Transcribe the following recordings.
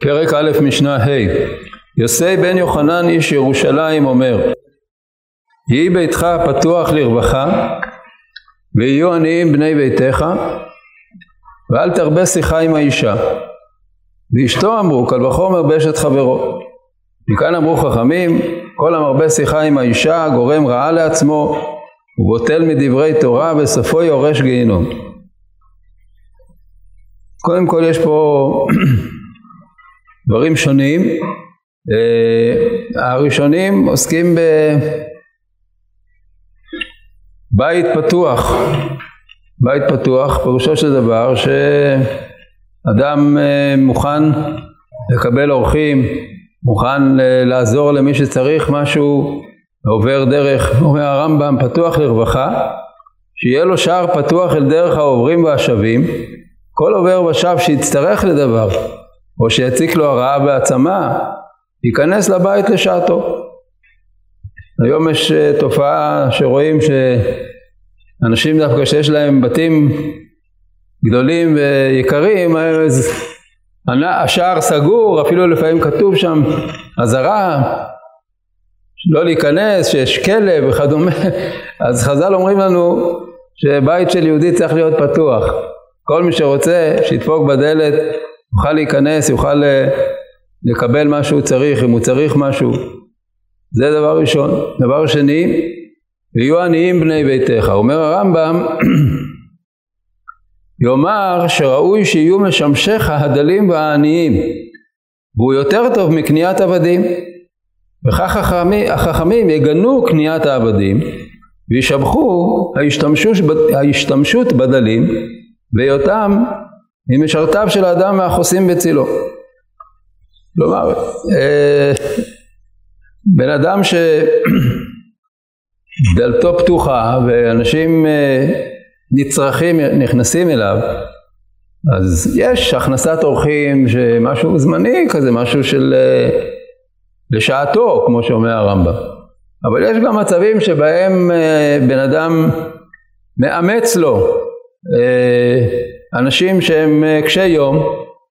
פרק א' משנה ה' יוסי בן יוחנן איש ירושלים אומר, יהי ביתך פתוח לרווחה ויהיו עניים בני ביתך ואל תרבה שיחה עם האישה. ואשתו אמרו קל וחומר באשת חברו. מכאן אמרו חכמים, כל המרבה שיחה עם האישה גורם רעה לעצמו ובוטל מדברי תורה וסופו יורש גיהינום. קודם כל יש פה דברים שונים. הראשונים עוסקים בבית פתוח. בית פתוח פירושו של דבר שאדם מוכן לקבל אורחים, מוכן לעזור למי שצריך משהו, עובר דרך, אומר הרמב"ם, פתוח לרווחה, שיהיה לו שער פתוח אל דרך העוברים והשבים. כל עובר ושב שיצטרך לדבר או שיציק לו הרעה בעצמה ייכנס לבית לשעתו. היום יש תופעה שרואים שאנשים דווקא שיש להם בתים גדולים ויקרים, השער סגור, אפילו לפעמים כתוב שם אזהרה לא להיכנס, שיש כלב וכדומה. אז חז"ל אומרים לנו שבית של יהודי צריך להיות פתוח. כל מי שרוצה שידפוק בדלת, יוכל להיכנס, יוכל לקבל מה שהוא צריך, אם הוא צריך משהו. זה דבר ראשון. דבר שני, ויהיו עניים בני ביתך. אומר הרמב"ם, יאמר שראוי שיהיו משמשך הדלים והעניים, והוא יותר טוב מקניית עבדים. וכך החכמים יגנו קניית העבדים, וישבחו ההשתמשות בדלים, בהיותם ממשרתיו של האדם והחוסים בצילו. כלומר, בן אדם שדלתו פתוחה ואנשים נצרכים נכנסים אליו, אז יש הכנסת אורחים שמשהו זמני כזה, משהו של לשעתו, כמו שאומר הרמב"ם. אבל יש גם מצבים שבהם בן אדם מאמץ לו אנשים שהם קשי יום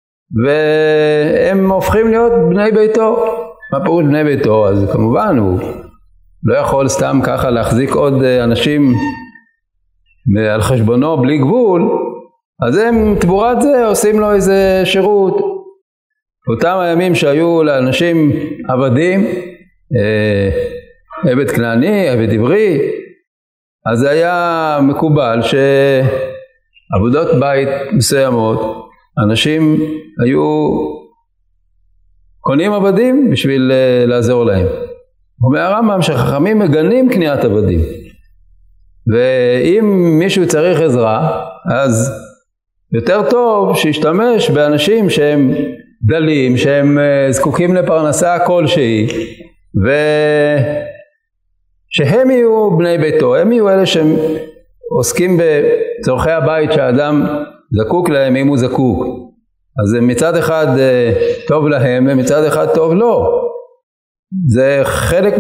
והם הופכים להיות בני ביתו. מה פירוש בני ביתו? אז כמובן הוא לא יכול סתם ככה להחזיק עוד אנשים על חשבונו בלי גבול, אז הם תמורת זה עושים לו איזה שירות. אותם הימים שהיו לאנשים עבדים, עבד כנעני, עבד עברי, אז זה היה מקובל שעבודות בית מסוימות אנשים היו קונים עבדים בשביל לעזור להם. אומר הרמב"ם שחכמים מגנים קניית עבדים, ואם מישהו צריך עזרה אז יותר טוב שישתמש באנשים שהם דלים, שהם זקוקים לפרנסה כלשהי, ושהם יהיו בני ביתו, הם יהיו אלה שהם עוסקים בצורכי הבית שהאדם זקוק להם אם הוא זקוק. אז מצד אחד טוב להם ומצד אחד טוב לו. זה חלק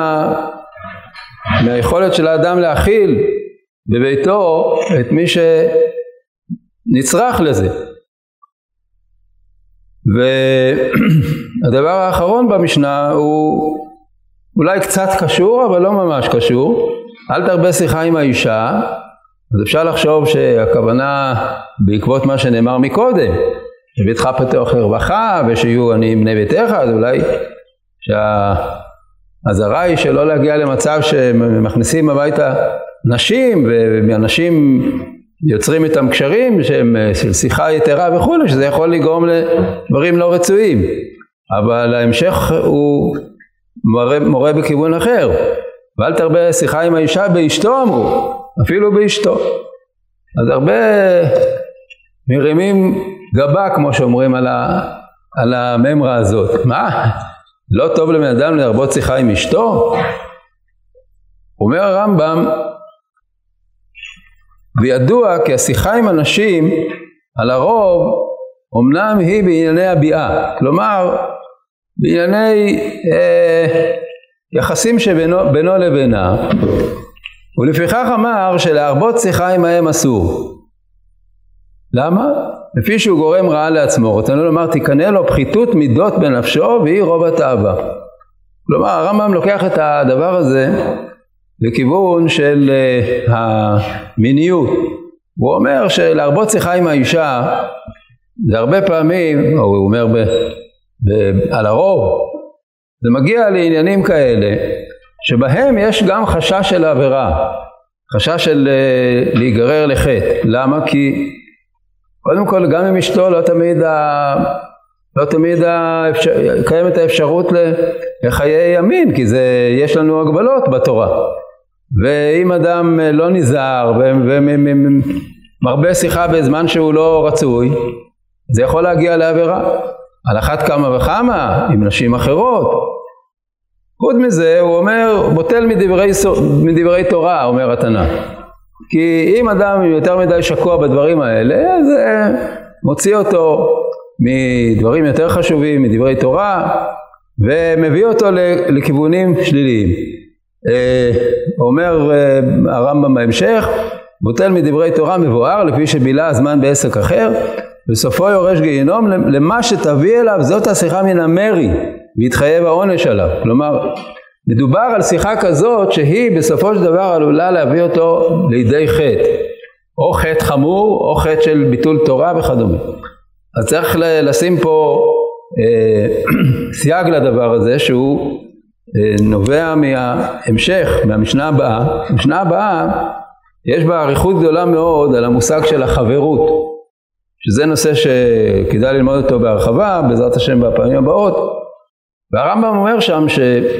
מהיכולת של האדם להכיל בביתו את מי שנצרך לזה. והדבר האחרון במשנה הוא אולי קצת קשור אבל לא ממש קשור. אל תרבה שיחה עם האישה. אז אפשר לחשוב שהכוונה בעקבות מה שנאמר מקודם, שביתך פתוח לרווחה ושיהיו עניים בני ביתך, אז אולי שהאזהרה היא שלא להגיע למצב שמכניסים הביתה נשים ואנשים יוצרים איתם קשרים שהם של שיחה יתרה וכו', שזה יכול לגרום לדברים לא רצויים. אבל ההמשך הוא מורה בכיוון אחר. ואל תרבה שיחה עם האישה באשתו אמרו, אפילו באשתו. אז הרבה מרימים גבה כמו שאומרים על הממרה הזאת. מה? לא טוב לבן אדם להרבות שיחה עם אשתו? אומר הרמב"ם, וידוע כי השיחה עם אנשים על הרוב אמנם היא בענייני הביאה, כלומר בענייני יחסים שבינו לבינה, ולפיכך אמר שלהרבות שיחה עמהם אסור. למה? לפי שהוא גורם רעה לעצמו. רצינו לומר, תקנה לו פחיתות מידות בנפשו והיא רוב התאווה. כלומר, הרמב"ם לוקח את הדבר הזה לכיוון של המיניות. הוא אומר שלהרבות שיחה עם האישה, זה הרבה פעמים, או הוא אומר על הרוב, זה מגיע לעניינים כאלה, שבהם יש גם חשש של העבירה, חשש של להיגרר לחטא. למה? כי קודם כל גם עם אשתו לא תמיד קיימת האפשרות לחיי ימין, כי יש לנו הגבלות בתורה. ואם אדם לא נזהר ומרבה שיחה בזמן שהוא לא רצוי, זה יכול להגיע לעבירה. על אחת כמה וכמה עם נשים אחרות. חוץ מזה הוא אומר, בוטל מדברי תורה, אומר התנא. כי אם אדם יותר מדי שקוע בדברים האלה, אז מוציא אותו מדברים יותר חשובים, מדברי תורה, ומביא אותו לכיוונים שליליים. אומר הרמב"ם בהמשך, בוטל מדברי תורה מבואר, לפי שבילה הזמן בעסק אחר, בסופו יורש גיהינום, למה שתביא אליו זאת השיחה מן המרי, והתחייב העונש עליו. כלומר, מדובר על שיחה כזאת שהיא בסופו של דבר עלולה להביא אותו לידי חטא, או חטא חמור, או חטא של ביטול תורה וכדומה. אז צריך לשים פה סייג לדבר הזה, שהוא נובע מההמשך, מהמשנה הבאה. המשנה הבאה יש בה אריכות גדולה מאוד על המושג של החברות, שזה נושא שכדאי ללמוד אותו בהרחבה, בעזרת השם בפעמים הבאות. והרמב"ם אומר שם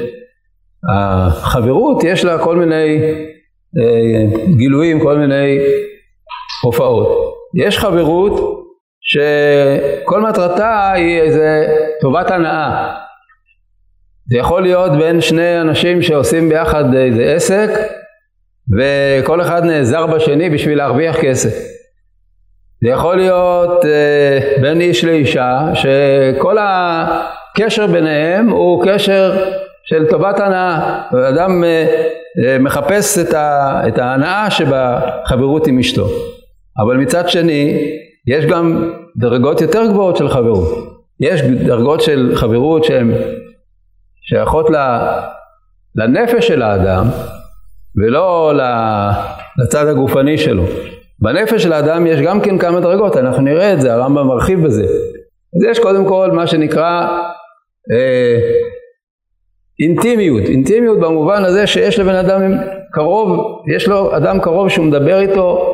שהחברות יש לה כל מיני גילויים, כל מיני הופעות. יש חברות שכל מטרתה היא איזה טובת הנאה. זה יכול להיות בין שני אנשים שעושים ביחד איזה עסק, וכל אחד נעזר בשני בשביל להרוויח כסף. זה יכול להיות בין איש לאישה, שכל הקשר ביניהם הוא קשר של טובת הנאה. ואדם מחפש את ההנאה שבחברות עם אשתו. אבל מצד שני, יש גם דרגות יותר גבוהות של חברות. יש דרגות של חברות שהן שייכות לנפש של האדם, ולא לצד הגופני שלו. בנפש של האדם יש גם כן כמה דרגות, אנחנו נראה את זה, הרמב"ם מרחיב בזה. אז יש קודם כל מה שנקרא אינטימיות במובן הזה שיש לבן אדם קרוב, יש לו אדם קרוב שהוא מדבר איתו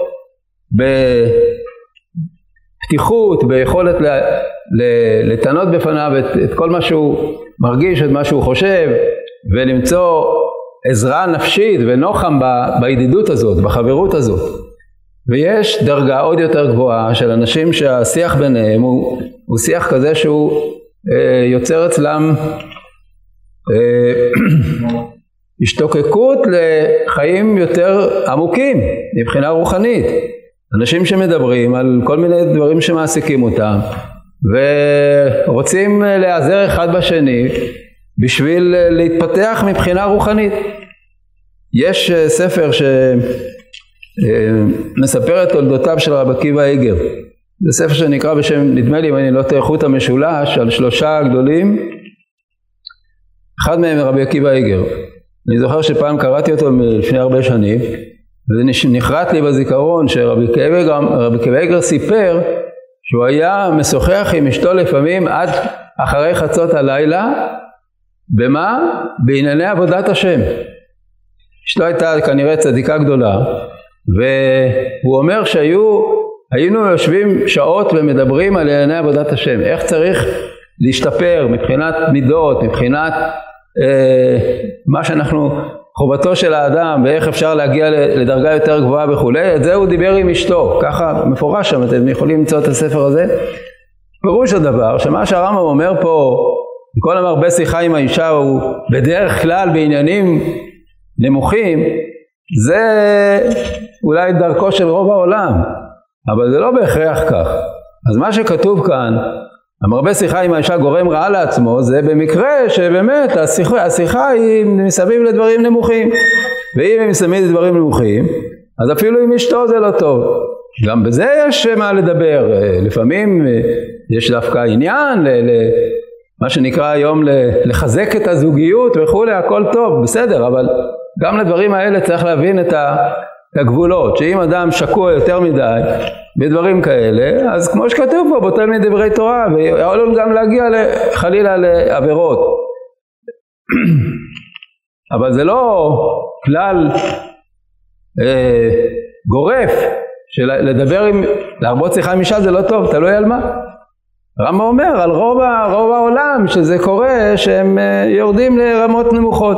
בפתיחות, ביכולת לטענות בפניו את כל מה שהוא מרגיש, את מה שהוא חושב, ולמצוא עזרה נפשית ונוחם בידידות הזאת, בחברות הזאת. ויש דרגה עוד יותר גבוהה של אנשים שהשיח ביניהם הוא שיח כזה שהוא יוצר אצלם השתוקקות לחיים יותר עמוקים מבחינה רוחנית. אנשים שמדברים על כל מיני דברים שמעסיקים אותם ורוצים להיעזר אחד בשני בשביל להתפתח מבחינה רוחנית. יש ספר שמספר את תולדותיו של רבי עקיבא איגר. זה ספר שנקרא בשם, נדמה לי אם אני לא טועה, חוט המשולש, על 3 גדולים. אחד מהם רבי עקיבא איגר. אני זוכר שפעם קראתי אותו לפני הרבה שנים, וזה נחרט לי בזיכרון שרבי עקיבא איגר סיפר שהוא היה משוחח עם אשתו לפעמים עד אחרי חצות הלילה. במה? בענייני עבודת השם. אשתו הייתה כנראה צדיקה גדולה, והוא אומר היינו יושבים שעות ומדברים על ענייני עבודת השם, איך צריך להשתפר מבחינת מידות, מבחינת מה שאנחנו, חובתו של האדם, ואיך אפשר להגיע לדרגה יותר גבוהה וכולי. את זה הוא דיבר עם אשתו, ככה מפורש שם, אתם יכולים למצוא את הספר הזה. פירוש הדבר, שמה שהרמב"ם אומר פה, כל המרבה שיחה עם האישה הוא בדרך כלל בעניינים נמוכים, זה אולי דרכו של רוב העולם, אבל זה לא בהכרח כך. אז מה שכתוב כאן, המרבה שיחה עם האישה גורם רעה לעצמו, זה במקרה שבאמת השיחה היא מסביב לדברים נמוכים. ואם הם מסביב לדברים נמוכים, אז אפילו עם אשתו זה לא טוב. גם בזה יש מה לדבר. לפעמים יש דווקא עניין מה שנקרא היום לחזק את הזוגיות וכו', הכל טוב, בסדר, אבל גם לדברים האלה צריך להבין את הגבולות, שאם אדם שקוע יותר מדי בדברים כאלה, אז כמו שכתוב פה, בוטל מדברי תורה, ועלול גם להגיע חלילה לעבירות. אבל זה לא כלל גורף, שלדבר להרבות שיחה עם אישה זה לא טוב, תלוי על מה. רמב"ם אומר על רוב העולם שזה קורה שהם יורדים לרמות נמוכות.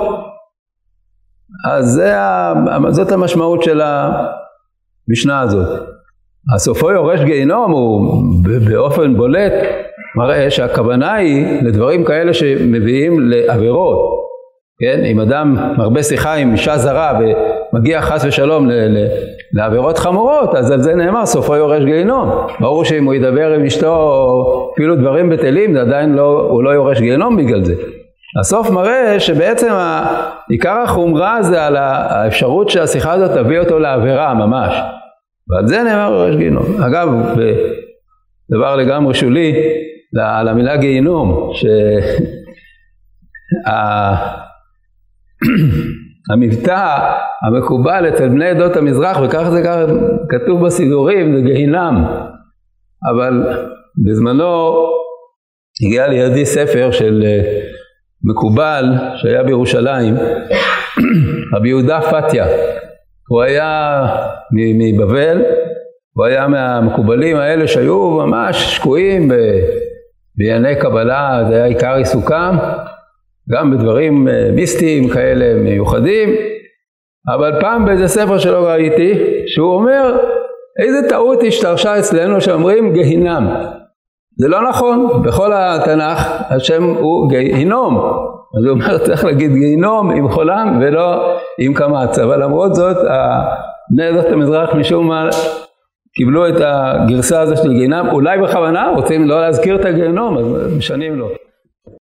אז זאת המשמעות של המשנה הזאת. הסופו יורש גיהינום הוא באופן בולט מראה שהכוונה היא לדברים כאלה שמביאים לעבירות. כן? אם אדם מרבה שיחה עם אישה זרה ומגיע חס ושלום לעבירות חמורות, אז על זה נאמר סופו יורש גיהינום. ברור שאם הוא ידבר עם אשתו אפילו דברים בטלים, זה עדיין הוא לא יורש גיהינום בגלל זה. הסוף מראה שבעצם עיקר החומרה זה על האפשרות שהשיחה הזאת תביא אותו לעבירה ממש. ועל זה נאמר יורש גיהינום. אגב, דבר לגמרי שולי על המילה גיהינום, המבטא המקובל אצל בני עדות המזרח, וכך זה כתוב בסידורים, זה גיהינם. אבל בזמנו הגיע לידי ספר של מקובל שהיה בירושלים, רבי יהודה פתיה. הוא היה מבבל, הוא היה מהמקובלים האלה שהיו ממש שקועים בענייני קבלה, זה היה עיקר עיסוקם, גם בדברים מיסטיים כאלה מיוחדים. אבל פעם באיזה ספר שלו ראיתי שהוא אומר איזה טעות השתרשה אצלנו שאומרים גיהינם. זה לא נכון, בכל התנ"ך השם הוא גיהינום. אז הוא אומר צריך להגיד גיהינום עם חולם ולא עם קמץ. אבל למרות זאת בני עדות המזרח משום מה קיבלו את הגרסה הזו של גיהינם, אולי בכוונה רוצים לא להזכיר את הגיהינום, אז משנים לו.